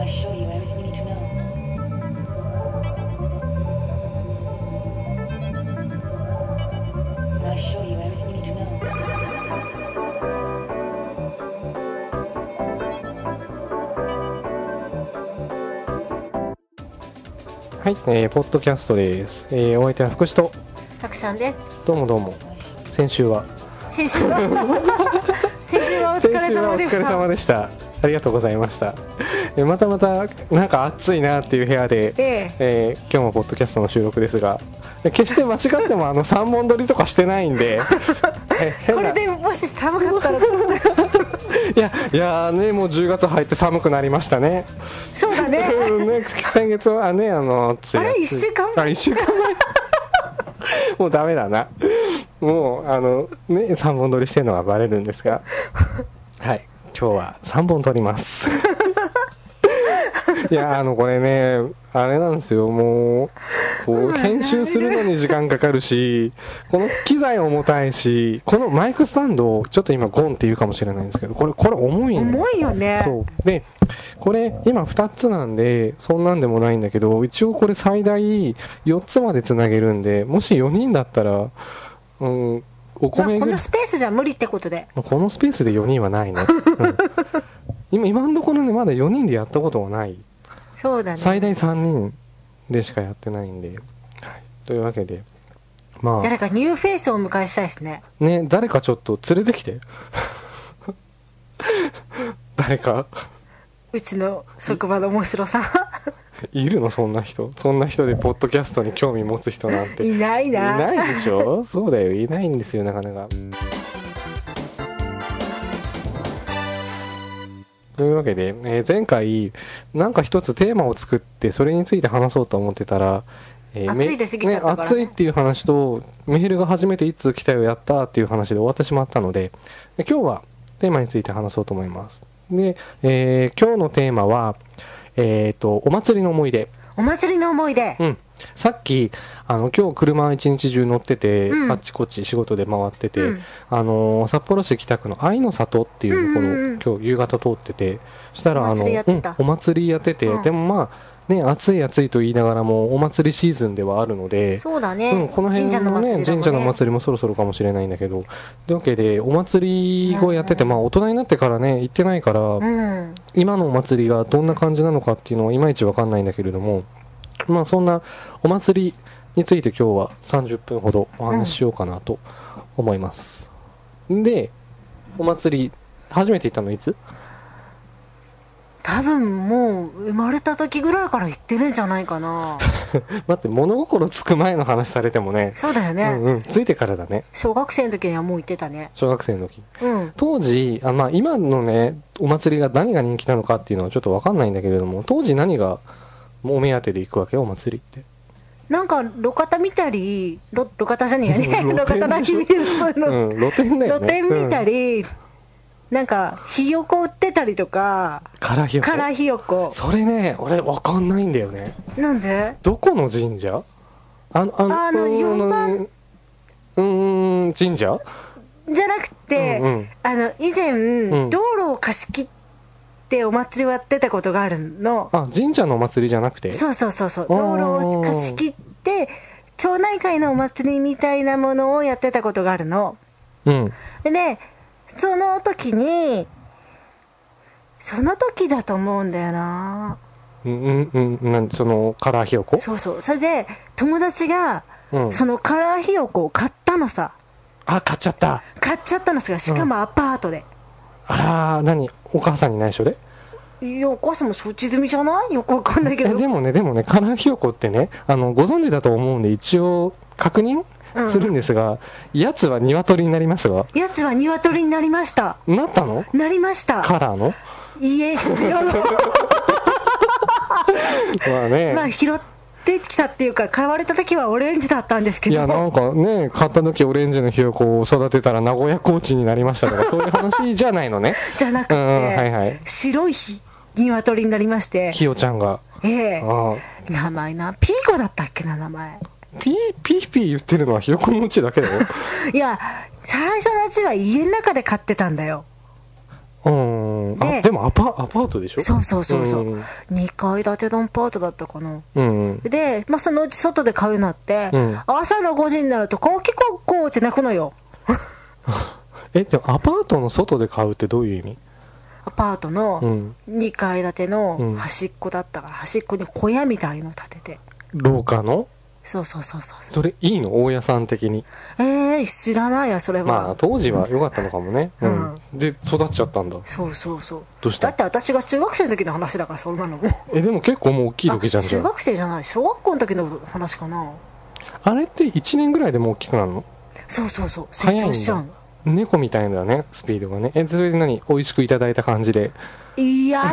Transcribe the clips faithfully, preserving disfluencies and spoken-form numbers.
I show you everything you need to know. I show you everything you need to know. はい、えー、ポッドキャストです。えー、お相手は福士とたくちゃんです。 どうもどうも。先週は先週は先週はお疲れ様でした。 先週はお疲れ様でした。ありがとうございました。えー、またまたなんか暑いなっていう部屋で、えーえー、今日もポッドキャストの収録ですが、決して間違ってもあのさんぼん撮りとかしてないんでこれでもし寒かったらいやいやね、もうじゅうがつ入って寒くなりましたね。 そうだねね、先月はね、あのあれいっしゅうかんまえあいっしゅうかんまえもうダメだな。もうあのねさんぼん撮りしてるのはバレるんですがはい、今日はさんぼん撮りますいやあのこれねあれなんですよ、もうこう編集するのに時間かかるし、この機材重たいし、このマイクスタンドちょっと今ゴンって言うかもしれないんですけど、これこれ重いの。 重いよね。 そうでこれ今ふたつなんでそんなんでもないんだけど、一応これ最大よっつまでつなげるんで、もしよにんだったら、うん、お米ぐらい、 まあ、このスペースじゃ無理ってことで、 このスペースでよにんはないね、うん、今今のところねまだよにんでやったことはない。 そうだね、 最大さんにんでしかやってないんで、はい、というわけでまあ誰かニューフェイスをお迎えしたいですね。 ね、誰かちょっと連れてきて誰かうちの職場の面白さいるの、そんな人。そんな人でポッドキャストに興味持つ人なんていないな。 いないでしょそうだよ、いないんですよなかなか。というわけで、えー、前回なんか一つテーマを作ってそれについて話そうと思ってたら、 えー、暑いで過ぎちゃったからね、 暑いっていう話とメールが初めていつ来たよやったっていう話で終わってしまったので、で今日はテーマについて話そうと思います。で、えー、今日のテーマは、えーと、お祭りの思い出。 お祭りの思い出。 うん。さっき、あの、今日車一日中乗ってて、うん、あっちこっち仕事で回ってて、うん、あの、札幌市北区の愛の里っていうところ、うんうんうん、今日夕方通ってて、そしたら、あの、うん、お祭りやってて、うん、でもまあ、ね、暑い暑いと言いながらもお祭りシーズンではあるので、 そうだね、 うん、この辺のね神社の祭りもそろそろかもしれないんだけど、というわけでお祭りをやってて、うんうん、まあ大人になってからね行ってないから、うん、今のお祭りがどんな感じなのかっていうのはいまいちわかんないんだけれども、まあそんなお祭りについて今日はさんじゅっぷんほどお話ししようかなと思います、うん、でお祭り初めて行ったのいつ？ 多分もう生まれた時ぐらいから行ってるんじゃないかな待って、物心つく前の話されてもね。 そうだよね、 うんうん、ついてからだね。 小学生の時にはもう行ってたね。 小学生の時、 うん、 当時あ、まあ、今のねお祭りが何が人気なのかっていうのはちょっと分かんないんだけれども、当時何がお目当てで行くわけお祭りって。 なんか路肩見たり、路肩じゃねえやね路肩だけ見るの、 うん、露店だよね。 露店見たり、うん、なんかひよこ売ってたりとか。 からひよこ。 からひよこ。 それね俺分かんないんだよね。 なんで？ どこの神社？あのあのあのよんばんうーん神社？ じゃなくて、うんうん、あの以前、うん、道路を貸し切ってお祭りをやってたことがあるの。あ、 神社のお祭りじゃなくて？ そうそうそうそう、道路を貸し切って町内会のお祭りみたいなものをやってたことがあるの。 うん。 でね、その時にその時だと思うんだよな。 うんうんうん、なんそのカラーひよこ？ そうそう。それで友達が、うん、そのカラーひよこを買ったのさ。 あ、買っちゃった。 買っちゃったのさ、しかもアパートで。 うん、あら、何お母さんに内緒で？ いや、お母さんもそっち済みじゃない？よくわかんないけど。 でもねでもねカラーひよこってね、あのご存知だと思うんで一応確認するんですが、うん、やつは鶏になりますが。 やつは鶏になりました。 なったの？ なりました。 カラーの？ いいえ、白のまあね、 まあ拾ってきたっていうか、買われた時はオレンジだったんですけど。 いやなんかね、買った時オレンジのひよこを育てたら名古屋コーチになりましたとかそういう話じゃないのねじゃなくて、うん、はいはい、白い鶏になりまして、 ひよちゃんが、 ええー、名前な、ピーコだったっけな、名前。 ピーピーピー言ってるのはひよこのうちだけだよいや最初のうちは家の中で飼ってたんだよ。 うん、 うん、あでもアパアパートでしょ。 そうそうそうそう、 うん、 にかい建てのアパートだったかな、 うんうん、 で、まあ、そのうち外で買うようになって、うん、朝のごじになるとコンキコッコーって鳴くのよえでもアパートの外で買うってどういう意味？ アパートのにかい建ての端っこだったから、うん、端っこに小屋みたいの建てて、 廊下の？ そうそうそうそう。 それいいの？大家さん的に。 えー、知らないやそれは。 まあ当時は良かったのかもね、うん、うん、で育っちゃったんだ。 そうそうそう。 どうした？ だって私が中学生の時の話だから、そんなのもえでも結構もう大きい時じゃん。 中学生じゃない、小学校の時の話かな。 あれっていちねんぐらいでもう大きくなるの？ そうそうそう、成長しちゃうの。 猫みたいだね、スピードがね。えそれで何、美味しくいただいた感じで？ いや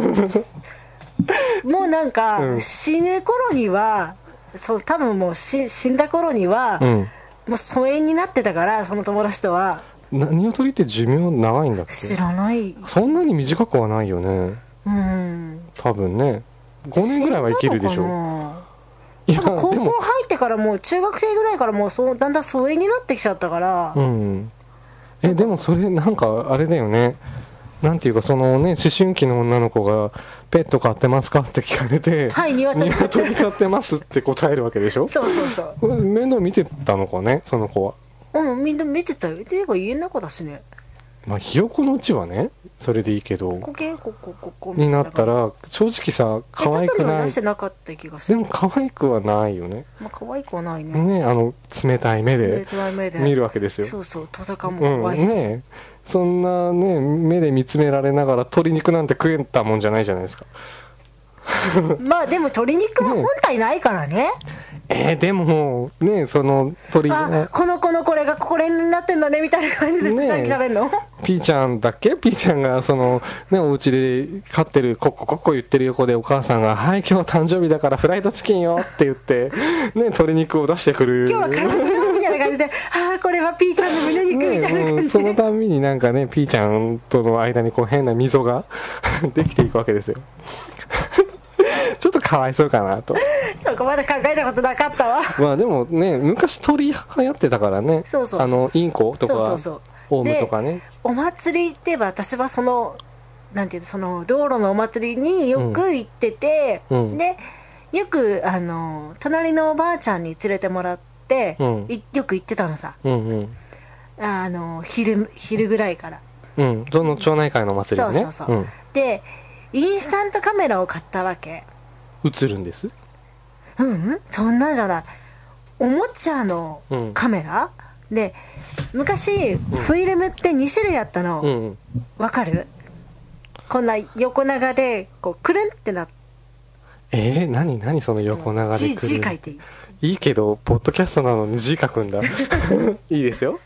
もうなんか、うん、死ぬ頃にはそう多分もうし死んだ頃には、うん、もう疎遠になってたから、その友達とは。 ニワトリって寿命長いんだっけ？ 知らない。 そんなに短くはないよね。うん多分ねごねんぐらいは生きるでしょ。 いや高校入ってからもう中学生ぐらいからもうそうだんだん疎遠になってきちゃったから、うん、 えでもそれなんかあれだよね、なんていうかそのね、思春期の女の子がペット飼ってますかって聞かれて、 はい、ニワトリ飼ってますって答えるわけでしょ。 そうそうそう。 これ面倒見てたのかね、その子は。 うん、みんな見てたよ。っていうか家の中だしね。 まあひよこのうちはねそれでいいけど、 こけここここになったら正直さ可愛くない。 出してなかった気がする。 でも可愛くはないよね。 まあ可愛くはないね。 ね、あの冷たい目で見るわけですよ。 そうそう、トサカも可愛いし、 うん、ね、そんなね目で見つめられながら鶏肉なんて食えたもんじゃないじゃないですかまあでも鶏肉は本体ないからね。 えー、でもね、その鳥あこの子のこれがこれになってんだねみたいな感じで食べんの？ ピーちゃんだっけ？ピーちゃんがそのねお家で飼ってるコッココッコ言ってる横でお母さんがはい今日誕生日だからフライドチキンよって言ってね鶏肉を出してくる。 今日はカラフルみたいな感じでああこれはピーちゃんの胸肉みたいな感じで、 ね、そのたんびになんかねピーちゃんとの間にこう変な溝ができていくわけですよちょっとかわいそうかなと。 そこまで考えたことなかったわ。 まあでもね昔鳥流行ってたからね。 そうそうそう、 あのインコとかそうそうそうオウムとかね。 お祭りって言えば私はそのなんていうの、その道路のお祭りによく行ってて、うん、でよくあの隣のおばあちゃんに連れてもらって、うん、よく行ってたのさ、うんうん、あの 昼, 昼ぐらいから、 うん、どの町内会のお祭りね。 そうそうそう、うん、でインスタントカメラを買ったわけ。 映るんです？ うん、そんなんじゃない、おもちゃのカメラ、うん、で昔、うん、フィルムってに種類あったの、うんうん、わかる？こんな横長でこうくるんってなって、 えー、何何その横長でくるん。 字書いていい？ いいけどポッドキャストなのに字書くんだいいですよ。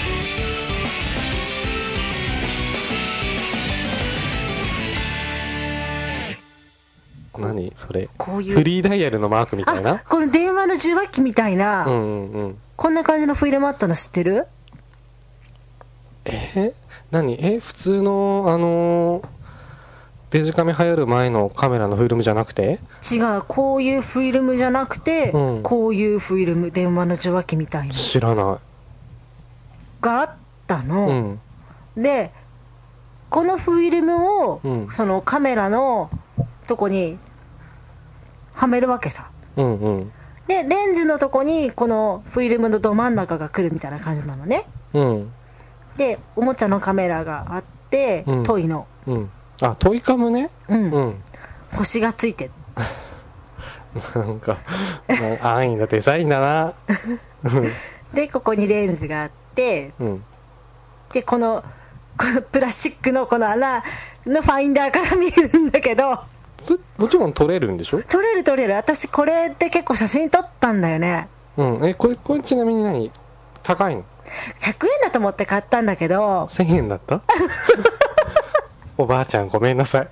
何それ？こういうフリーダイヤルのマークみたいな、 この電話の受話器みたいな、うんうんうん、こんな感じのフィルムあったの知ってる？ えー、何え普通のあのー、デジカメ流行る前のカメラのフィルムじゃなくて？違う、こういうフィルムじゃなくて、うん、こういうフィルム、電話の受話器みたいな知らないがあったの、うん、でこのフィルムを、うん、そのカメラのとこにはめるわけさ、うんうん、でレンズのとこにこのフィルムのど真ん中が来るみたいな感じなのね、うん、でおもちゃのカメラがあって、うん、トイの、 うん、あトイカムね、うんうん、星がついてなんか安易なデザインだなでここにレンズがあって、うん、でこのこのプラスチックのこの穴のファインダーから見えるんだけど、 もちろん撮れるんでしょ？撮れる撮れる。私これで結構写真撮ったんだよね。 うん、えこれこれちなみに何高いの？ ひゃくえんだと思って買ったんだけどせんえんだったおばあちゃんごめんなさい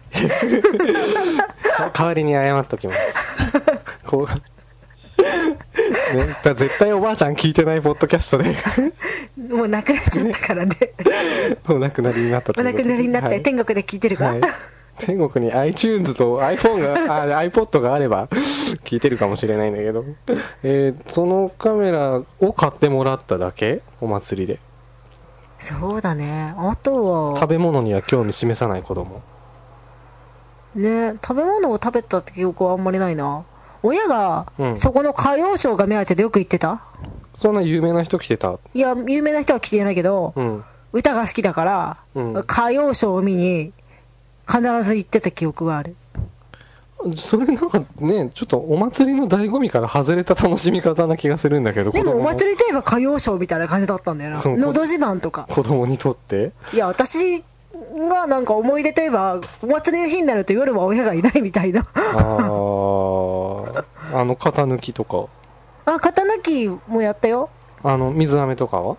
代わりに謝っときますこうね、だ絶対おばあちゃん聞いてないポッドキャストでもうなくなっちゃったからねもうなくなりになったとお亡くなりになって、はい、天国で聞いてるか、はい、 天国に iTunes と iPhone があ iPod があれば聞いてるかもしれないんだけど、えー、そのカメラを買ってもらっただけ？お祭りで？ そうだね。あとは食べ物には興味示さない子供ね、食べ物を食べたって記憶はあんまりないな。親が、うん、そこの歌謡ショーが目当てでよく行ってた。 そんな有名な人来てた？ いや、有名な人は来てないけど、 うん、 歌が好きだから、うん、歌謡ショーを見に必ず行ってた記憶がある。 それなんかね、ちょっとお祭りの醍醐味から外れた楽しみ方な気がするんだけど。 でもお祭りといえば歌謡ショーみたいな感じだったんだよな。のど自慢とか。 子供にとって？ いや、私がなんか思い出といえば、お祭りの日になると夜は親がいないみたいな。ああ、 あの型抜きとか。 あ、型抜きもやったよ。 あの水飴とかは？好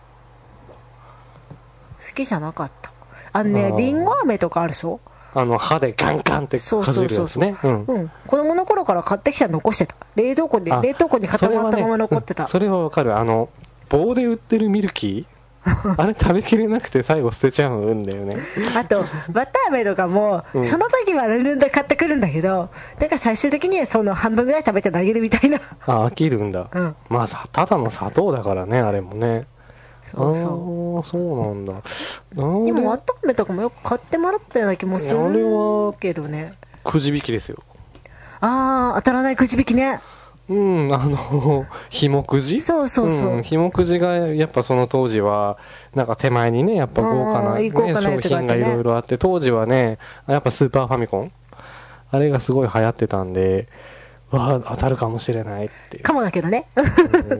きじゃなかった。あのね、りんご飴とかあるでしょ。 あの歯でガンガンってかじるやつね。うんうん。 子供の頃から買ってきたら残してた。冷蔵庫で冷凍庫に固まったまま残ってた。 それはわかる。あの棒で売ってるミルキーあれ食べきれなくて最後捨てちゃうんだよね。 あとバター飴とかも、うん、その時はルンルンで買ってくるんだけど、なんか最終的にはその半分ぐらい食べて投げるみたいな。 あ、飽きるんだ。うん、まあさ、ただの砂糖だからね、あれもね。そうそう。ああ、そうなんだ。でもわたあめとかもよく買ってもらったような気もするけどね。 くじ引きですよ。 ああ、当たらないくじ引きね。 うん、あのひもくじ、 そうそうそう、 うん、ひもくじがやっぱその当時はなんか手前にねやっぱ豪華な、ね、 豪華な商品がいろいろあって、当時はねやっぱスーパーファミコンあれがすごい流行ってたんで、わあ当たるかもしれないってかもだけどね、 うん、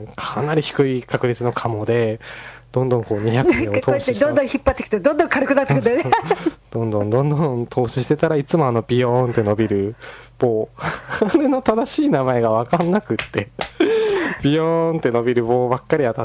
かなり低い確率のかもでどんどんこうにひゃくえんを投資したどんどん引っ張ってきてどんどん軽くなってくるんだよねどんどんどんどん投資してたらいつもあのビヨーンって伸びる棒あれの正しい名前が分かんなくってビヨーンって伸びる棒ばっかり当たって、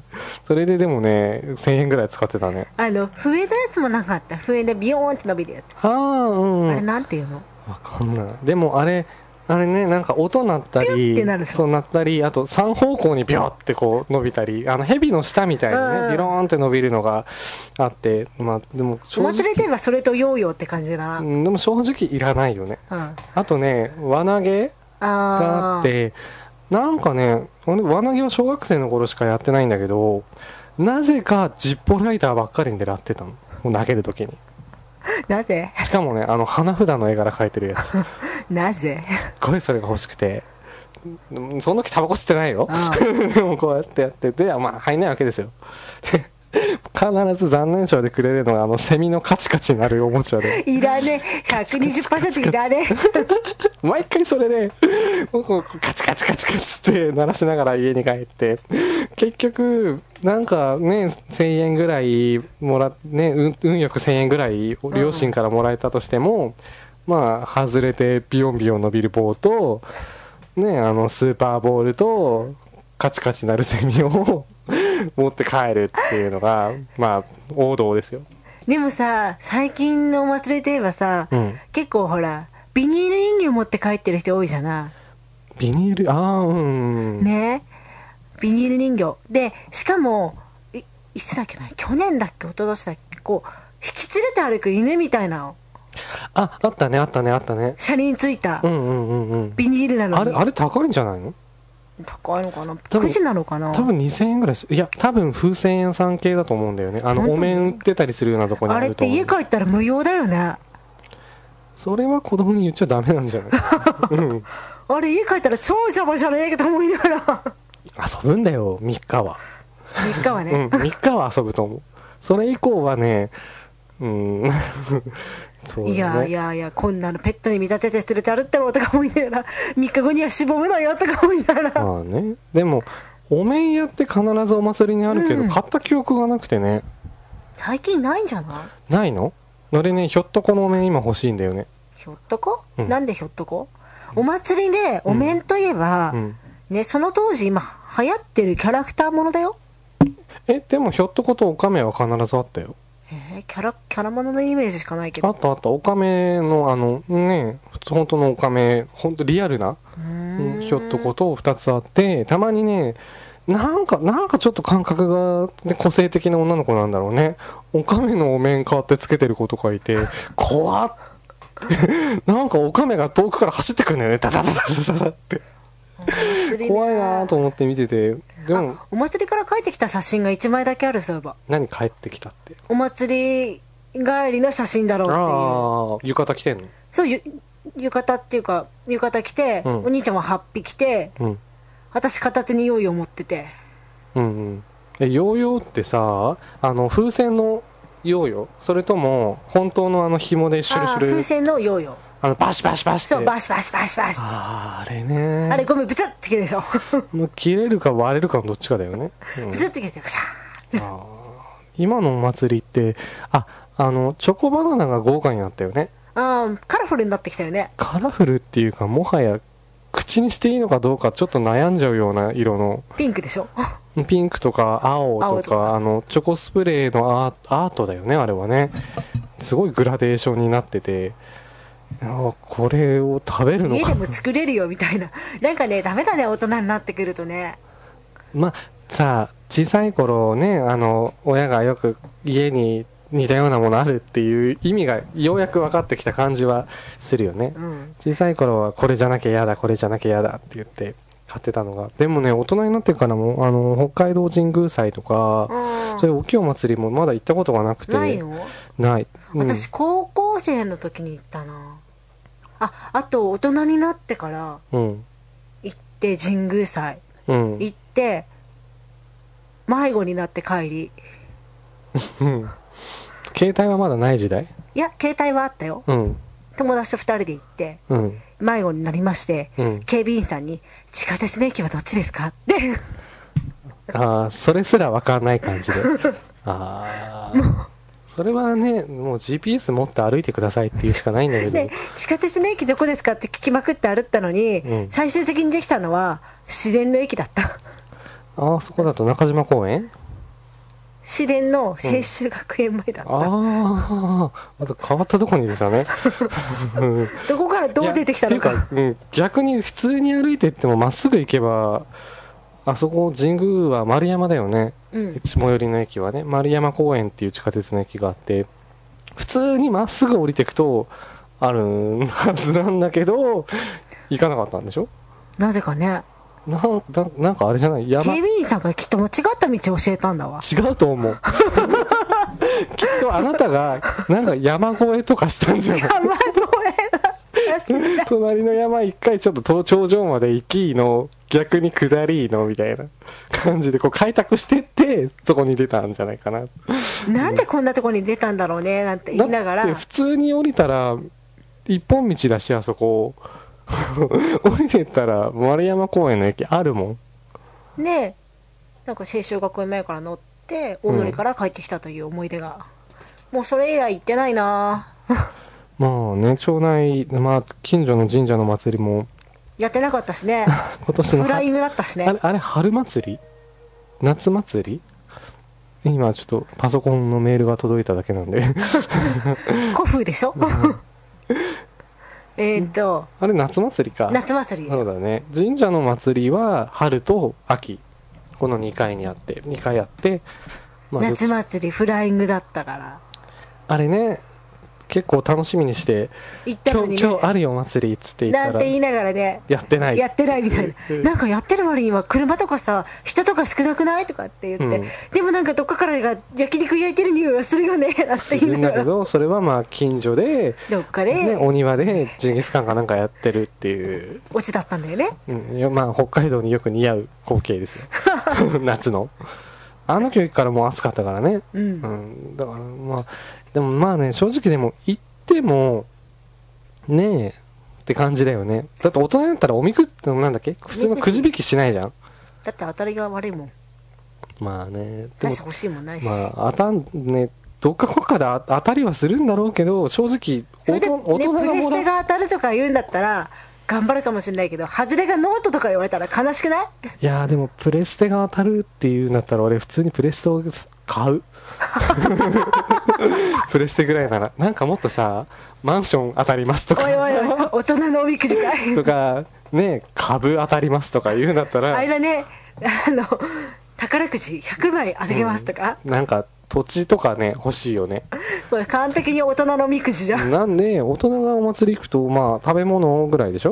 それででもねせんえんぐらい使ってたね。 あの笛のやつもなかった？笛でビヨーンって伸びるやつ。 ああ、うん、 あれなんていうの？ 分かんない。でもあれあれね、なんか音鳴ったりそう鳴ったり、あとさん方向にビョーってこう伸びたり、あの蛇の下みたいにねビローンって伸びるのがあって、まあでも正直お祭りといえばそれとヨーヨーって感じだな。 うん、でも正直いらないよね、うん、あとね輪投げがあって、なんかね俺輪投げは小学生の頃しかやってないんだけど、なぜかジッポライダーばっかり狙ってたの、投げるときに。 なぜ？ しかもねあの花札の絵柄描いてるやつなぜ？ すっごいそれが欲しくて、その時タバコ吸ってないよでもこうやってやってて、まあ入んないわけですよ必ず残念賞でくれるのがあのセミのカチカチなるおもちゃでいらねえ ひゃくにじゅっパーセント いらねえ毎回それでカチカチカチカチって鳴らしながら家に帰って、結局なんかねせんえんぐらいもらね運、運よくせんえんぐらい両親からもらえたとしても、うん、まあ外れてビヨンビヨン伸びる棒とねあのスーパーボールとカチカチなるセミを持って帰るっていうのがまあ王道ですよ。 でもさ最近のお祭りといえばさ、うん、結構ほらビニール人形持って帰ってる人多いじゃな。 ビニール、ああ、うん。 ねビニール人形で、しかも い, いつだっけな去年だっけ一昨年だっけ、こう引き連れて歩く犬みたいなの。 あ、あったねあったねあったね。 車輪ついた、 うんうんうんうん、 ビニールなのに。 あれあれ高いんじゃないの？ 高いのかな、くじなのかな。 多分にせんえんぐらいする。いや多分風船屋さん系だと思うんだよね。あのお面売ってたりするようなとこにあると思う。 あれって家帰ったら無用だよね。 それは子供に言っちゃダメなんじゃない、うん、 あれ家帰ったら超邪魔じゃねえかと思いながら遊ぶんだよみっかは。 みっかはね、 うん、みっかは遊ぶと思う。それ以降はねうんそうね、 いやいやいやこんなのペットに見立てて連れて歩ってろとか思いながらみっかごにはしぼむのよとか思いながら。 まあね、でもお面屋って必ずお祭りにあるけど、うん、買った記憶がなくてね。 最近ないんじゃない？ ないの？俺ねひょっとこのお面今欲しいんだよね。 ひょっとこ、うん、なんでひょっとこ、お祭りでお面といえば、うんね、その当時今流行ってるキャラクターものだよ。 えでもひょっとことおかめは必ずあったよ。 えー、キャラキャラもののイメージしかないけど。 あったあった。おかめのあのね普通本当のおかめ本当リアルなひょっとことふたつあって、たまにねなんかなんかちょっと感覚が、ね、個性的な女の子なんだろうね。おかめのお面買ってつけてる子とかいて怖っなんかおかめが遠くから走ってくるんだよねダダダダダダってお祭りね怖いなと思って見てて。でもあお祭りから帰ってきた写真がいちまいだけある。そういえば何帰ってきたって。 お祭り帰りの写真だろうっていう。 ああ浴衣着てんの。 そうゆ浴衣っていうか浴衣着て、 うん、 お兄ちゃんははっぴ着て、うん、私片手にヨーヨー持ってて。 うんうんえヨーヨーってさあの風船のヨーヨーそれとも本当のあの紐でシュルシュル。 あ風船のヨーヨーあのバシバシバシって。 そうバシバシバシバシ。 あああれね。 あれゴムブツッて切れるでしょ。 もう切れるか割れるかのどっちかだよね、うん、 ブツッて切れてクシャーあ今のお祭りってああのチョコバナナが豪華になったよね。 あカラフルになってきたよね。 カラフルっていうかもはや口にしていいのかどうかちょっと悩んじゃうような色の。 ピンクでしょ。 ピンクとか青と か, とかあのチョコスプレーのアーアートだよねあれはね。すごいグラデーションになっててあこれを食べるのか家でも作れるよみたいな。なんかねダメだね大人になってくるとね。 まあさあ小さい頃ねあの親がよく家に似たようなものあるっていう意味がようやく分かってきた感じはするよね、うん、小さい頃はこれじゃなきゃ嫌だこれじゃなきゃ嫌だって言って買ってたのがでもね大人になってからもあの北海道神宮祭とか、うん、そういう大きいお祭りもまだ行ったことがなくて。 ないの？ ない、 うん、私高校生の時に行ったなあ。あと大人になってから行って神宮祭、うん、行って迷子になって帰り携帯はまだない時代？ いや携帯はあったよ、うん、友達とふたりで行って、うん、迷子になりまして、うん、警備員さんに地下鉄の駅はどっちですかってああそれすら分かんない感じでああそれはねもう ジーピーエス 持って歩いてくださいっていうしかないんだけど、ね、 地下鉄の駅どこですかって聞きまくって歩ったのに、うん、最終的にできたのは市電の駅だった。 ああそこだと中島公園市電の青春学園前だった、うん、 ああまた変わったとこにでしたねどこからどう出てきたのか。 っていうか、うん、逆に普通に歩いていってもまっすぐ行けばあそこ神宮は丸山だよね、うん、最寄りの駅はね丸山公園っていう地下鉄の駅があって普通にまっすぐ降りていくとあるはずなんだけど行かなかったんでしょ。 なぜかね。 な, な, なんかあれじゃない山警備員さんがきっと間違った道を教えたんだわ。 違うと思うきっとあなたがなんか山越えとかしたんじゃない。 山越えだ隣の山一回ちょっと頂上まで行きの逆に下りのみたいな感じでこう開拓してってそこに出たんじゃないかな。 なんでこんなとこに出たんだろうねなんて言いながら。 だって普通に降りたら一本道だしあそこ降りてったら丸山公園の駅あるもんね。なんか青春学園前から乗って大通から帰ってきたという思い出が、うん、もうそれ以来行ってないなまあね町内、まあ、近所の神社の祭りもやってなかったしね今年のフライングだったしね。 あれ、あれ春祭り夏祭り今ちょっとパソコンのメールが届いただけなんで古風でしょえっとあれ夏祭りか。 夏祭り。 そうだね。神社の祭りは春と秋このにかいにあってにかいあって、 まあ、夏祭りフライングだったからあれね結構楽しみにして行ったのに、ね、 今日、今日あるよ祭りっつって言ったらなんて言いながらねやってないやってないみたいななんかやってる割には車とかさ人とか少なくないとかって言って、うん、でもなんかどっかからが焼肉焼いてる匂いがするよねなんて言いながら。するんだけどそれはまあ近所でどっかで、 ね、お庭でジンギスカンかなんかやってるっていうオチだったんだよね、 うん、いやまあ北海道によく似合う光景ですよ夏のあの時からもう暑かったからね、うんうん、だからまあでもまあね正直でも行ってもねえって感じだよね。だって大人になったらおみくってなんだっけ普通のくじ引きしないじゃん。 だって当たりが悪いもん。 まあね大して欲しいもんないし、 まあ当たんねどっかこっかで当たりはするんだろうけど正直それで、ね、大人がプレステが当たるとか言うんだったら頑張るかもしれないけど外れがノートとか言われたら悲しくない？ いやでもプレステが当たるっていうんだったら俺普通にプレステを買うプレステぐらいならなんかもっとさマンション当たりますとかおいおいおい大人のおみくじかいとかね株当たりますとか言うんだったらあれだねあの宝くじひゃくまい当てますとか、 うん、なんか土地とかね欲しいよね。 これ完璧に大人のおみくじじゃん。 なんで大人がお祭り行くとまあ食べ物ぐらいでしょ。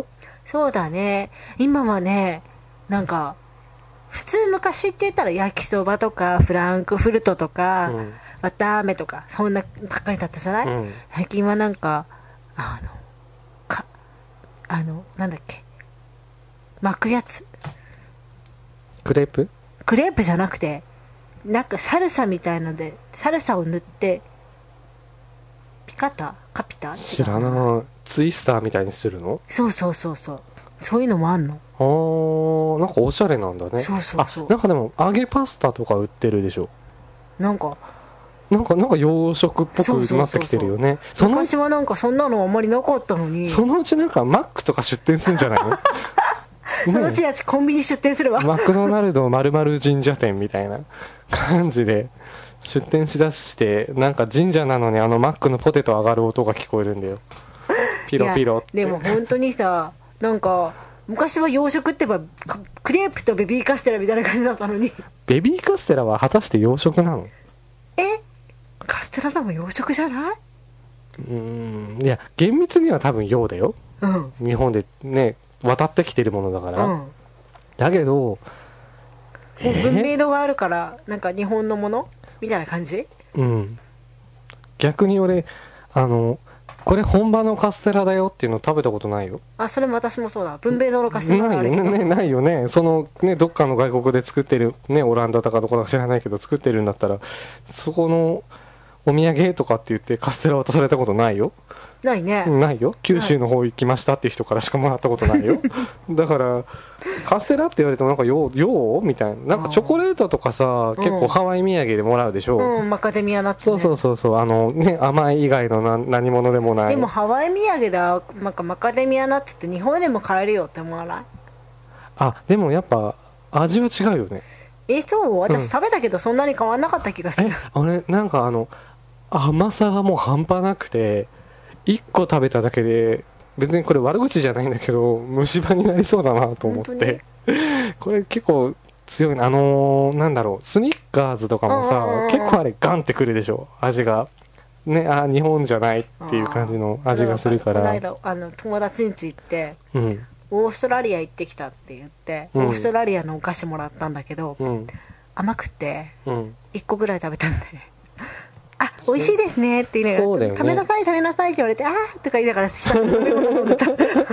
そうだね。今はね、なんか普通昔って言ったら焼きそばとかフランクフルトとか、うん、綿あめとかそんなばっかりだったじゃない、うん、最近はなんかあのかあのなんだっけ巻くやつ、 クレープクレープじゃなくてなんかサルサみたいのでサルサを塗ってピカタカピタ知らない。ツイスターみたいにするの？ そうそうそうそう、そういうのもあんの。 あー、なんかおしゃれなんだね。 そうそうそう。 あ、なんかでも揚げパスタとか売ってるでしょ。 なんかなんかなんか洋食っぽくなってきてるよね。 そうそうそうそう。昔はなんかそんなのあんまりなかったのに、 そのうちなんかマックとか出店するんじゃないの？ そのうちやちコンビニ出店するわ。 マクドナルド〇〇神社店みたいな感じで出店しだして、なんか神社なのにあのマックのポテト上がる音が聞こえるんだよ。ピロピロって。 でも本当にさ、なんか昔は洋食ってばクレープとベビーカステラみたいな感じだったのに。 ベビーカステラは果たして洋食なの？ え、カステラでも洋食じゃない？ うーん、いや厳密には多分洋だよ、うん、日本でね渡ってきてるものだから、うん、だけど文明度があるからなんか日本のものみたいな感じ。 うん、逆に俺あのこれ本場のカステラだよっていうの食べたことないよ。 あ、それも私もそうだ。文明堂のカステラあるけどないよね、ないよね。そのねどっかの外国で作ってるね、オランダとかどこだか知らないけど作ってるんだったらそこのお土産とかって言ってカステラ渡されたことないよ。 ないね。 ないよ。九州の方行きましたっていう人からしかもらったことないよ。だからカステラって言われてもなんかようようみたいな。なんかチョコレートとかさ、結構ハワイ土産でもらうでしょ。 うん、マカデミアナッツ、ね。 そうそうそうそう、あのね甘い以外のな何物でもない。 でもハワイ土産だ、なんかマカデミアナッツって日本でも買えるよって思わない？ あ、でもやっぱ味は違うよね。 え、そう私食べたけどそんなに変わんなかった気がする。 え、俺なんかあの甘さがもう半端なくていっこ食べただけで別にこれ悪口じゃないんだけど虫歯になりそうだなと思ってこれ結構強いな。あのー、なんだろうスニッカーズとかもさ結構あれガンってくるでしょ味がね。あ、日本じゃないっていう感じの味がするから。この間あの友達ん家行って、うん、オーストラリア行ってきたって言って、うん、オーストラリアのお菓子もらったんだけど、うん、甘くて、うん、いっこぐらい食べたんであ、美味しいですねって言いながら、ね、食べなさい食べなさいって言われて、あーとか言いながら下に飲み物飲んでた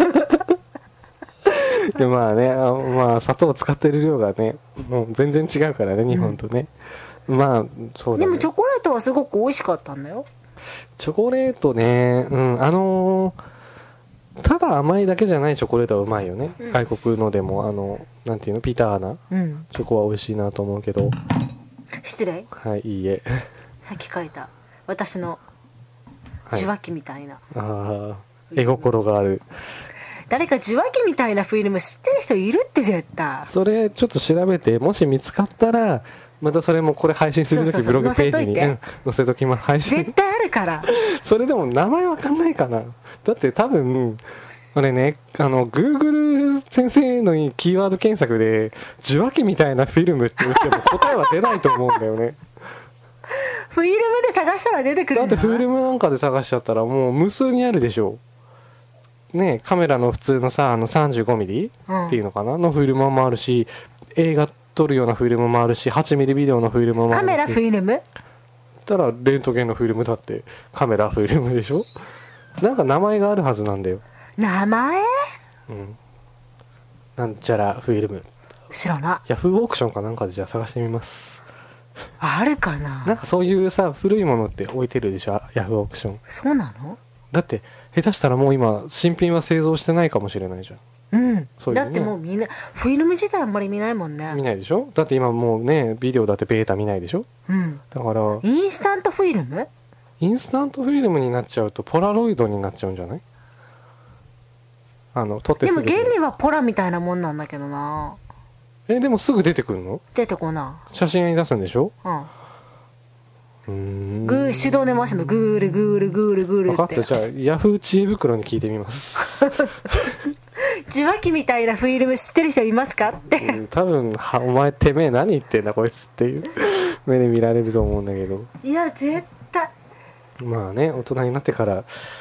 でまあね、あまあ砂糖を使ってる量がねもう全然違うからね日本とね、うん、まあそうだね。 でもチョコレートはすごく美味しかったんだよ。 チョコレートね、うんあのー、ただ甘いだけじゃないチョコレートはうまいよね、うん、外国のでもあのなんていうのピターな、うん、チョコは美味しいなと思うけど。 失礼。 はい、いいえ。 さっき書いた私の受話器みたいな、 はい、ああ絵心がある。 誰か受話器みたいなフィルム知ってる人いるって絶対。 それちょっと調べてもし見つかったらまたそれもこれ配信するときブログページに載せときます。配信絶対あるからそれでも名前わかんないかな。だって多分あれね、あの Google 先生のキーワード検索で受話器みたいなフィルムって言っても答えは出ないと思うんだよねフィルムで探したら出てくるんじゃない？ だってフィルムなんかで探しちゃったらもう無数にあるでしょね。カメラの普通のさあの さんじゅうごミリ、うん、っていうのかなのフィルムもあるし、映画撮るようなフィルムもあるし、はちミリビデオのフィルムもあるし。 カメラフィルムたらレントゲンのフィルムだってカメラフィルムでしょ。なんか名前があるはずなんだよ。 名前？ うん、なんちゃらフィルム。 知らない。 ヤフーオークションかなんかでじゃあ探してみます。 あるかな。 なんかそういうさ古いものって置いてるでしょヤフーオークション。 そうなの？ だって下手したらもう今新品は製造してないかもしれないじゃん。 うん、そういうね、だってもうみんなフィルム自体あんまり見ないもんね。 見ないでしょ。だって今もうねビデオだってベータ見ないでしょ、うん、だからインスタントフィルムインスタントフィルムになっちゃうとポラロイドになっちゃうんじゃない？あの撮ってすぐでも原理はポラみたいなもんなんだけどな。 えでもすぐ出てくるの？ 出てこな写真に出すんでしょ。うん。 うーんグー手動で回してんのグールグールグールグールって。 分かった。じゃあヤフー知恵袋に聞いてみます受話器みたいなフィルム知ってる人いますかって、 うん、多分はお前てめえ何言ってんだこいつっていう目で見られると思うんだけど。 いや絶対まあね大人になってから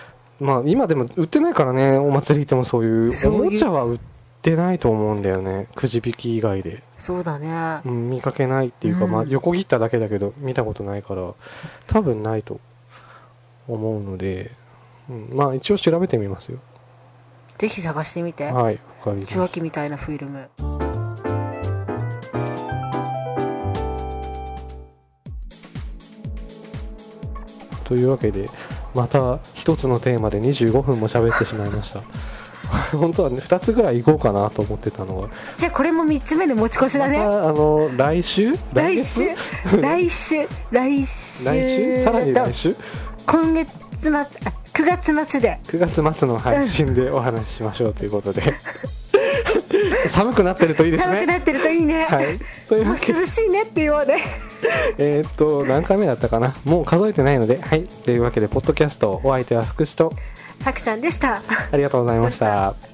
まあ今でも売ってないからね、お祭り行ってもそういうそういうおもちゃは売ってないと思うんだよね、くじ引き以外で。 そうだね、 うん、見かけないっていうか、 うんまあ横切っただけだけど見たことないから多分ないと思うので、うん、まあ一応調べてみますよ。 ぜひ探してみて。 はい、わかりました。 受話器みたいなフィルム。 というわけでまた一つのテーマでにじゅうごふんも喋ってしまいました本当はねふたつぐらい行こうかなと思ってたのは、 じゃあこれもみっつめの持ち越しだね。 またあの来週来週来週来週来週さらに来週今月末、あくがつ末でくがつ末の配信でお話ししましょうということで寒くなってるといいですね。 寒くなってるといいね、 はい、そういうもうわけで涼しいねっていうようでえーっと何回目だったかな、もう数えてないので、はい、というわけでポッドキャスト、お相手は福士とたくちゃんでした。 ありがとうございました。